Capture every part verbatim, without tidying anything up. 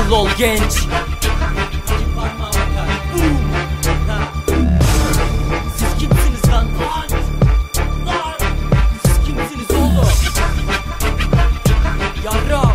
akıllı ol genç. Siz kimsiniz lan? Siz kimsiniz oğlum? Yarram.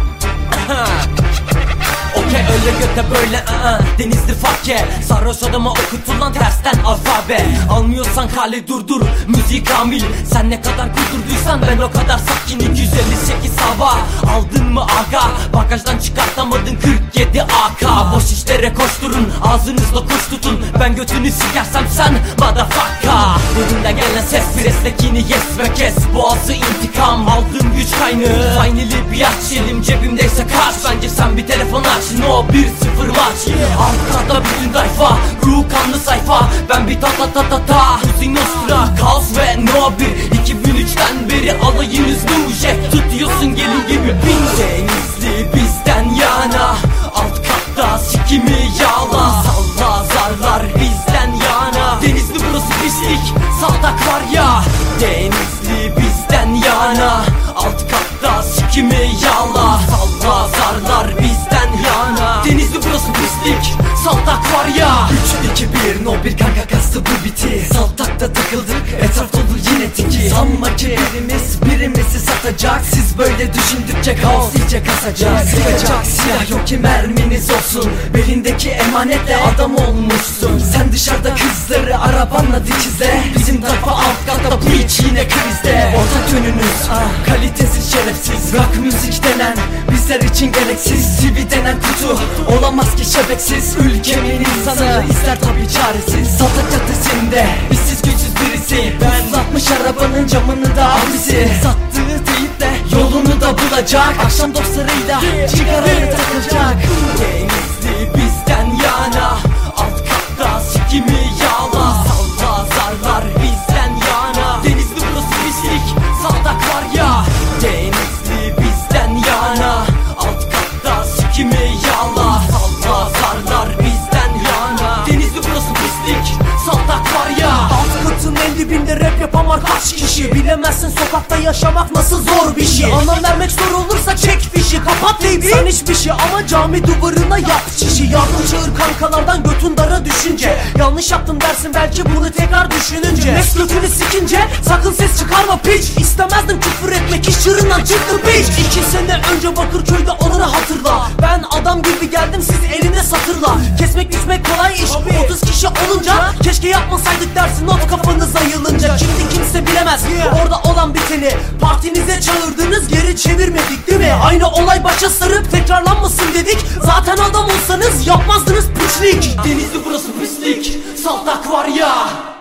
Okey öyle göte böyle ı-ı. Denizli fakke. Sarhoş adama okutulan tersten alfabe. Almıyorsan kale durdur. Müzik kamil. Sen ne kadar kudurduysan ben o kadar sakin. iki yüz elli sekiz hava. Aldın mı aga? Bagajdan çıkartamadın kırk yedi A K. Boş işlere koşturun. Ağzınızla koş tutun. Ben götünü sikersem sen motherfucker. Derinden gelen ses prestekini yes ve kes. Boğazı intikam. Aldığım güç kaynağı. Finally bir aç elim cebimdeyse kaç. Bence sen bir telefon aç. No bir sıfır maç. Arkada bütün tayfa. Ruh kanlı sayfa. Ben bir ta ta ta ta ta. Uzi Nostra. Kaos ve No bir. iki bin üçten beri alayınız nujek. Tutuyorsun gelin gibi bin. Denizli bizden yana. Alt katta sikimi yağla. Salla zarlar bizden yana. Denizli burası pislik. Saltak var ya. Denizli bizden yana. Alt katta sikimi yağla. Salla zarlar bizden yana. Denizli burası pislik. Saltak var ya. Üç iki bir no bir kanka kastı bu biti. Saltakta takıldık etraf dolu yine tiki. Sanma ki birimiz birimizi satacak. Siz böyle düşündükçe kaos iyice kasacak. Sıkacak silah yok ki merminiz olsun. Belindeki emanetle adam olmuşsun. Sen dışarıda kızları arabanla dikizle. Bizim tayfa alt katta bu iç yine krizde. Ortak yönünüz ah, kalitesiz şerefsiz. Rock müzik denen bizler için gereksiz. T V denen kutu olamaz ki şebeksiz. Ülkemin insanı ister tabi çaresiz. Saltak caddesinde işsiz güçsüz birisi. Ben satmış arabanın camını da abisi. Sattığı teyip de yolunu da bulacak. Akşam dostlarıyla çıkarını takacak. Denizli bizden yana. Alt katta sikimi yağla. Salla zarlar bizden yana. Denizli burası pislik. Saltak var ya. Denizli bizden yana. Alt katta sikimi yağla. Salla zarlar bizden yana. Denizli burası pislik. Saltak var ya. Alt katın en dibinde rap yapamar kaç kişi. Bilemezsin sokakta yaşamak nasıl zor bir şey. Anlam vermek zor olursa çek fişi. Kapat teybi. Sen hiçbir şey ama cami duvarına yap çişi. Yardım çağır kankalardan götün dara düşünce. Yanlış yaptım dersin belki bunu tekrar düşününce. Mes götünü sikince sakın ses çıkarma piç. İstemezdim küfür etmek iş çığırından çıktı piç. İki sene önce Bakırköy'de onları hatırla. Ben adam gibi geldim siz elinde satırla. Kesmek biçmek kolay iş bu otuz kişi olunca. Keşke yapmasaydık dersin not kafanıza yılınca. Şimdi kimse bilemez orada olan biteni. Partinize çağırdınız geri çevirmedik değil mi? Aynı olay başa sarıp tekrarlanmasın dedik. Zaten adam olsanız yapmazdınız pislik. Denizli burası pislik. Saltak var ya.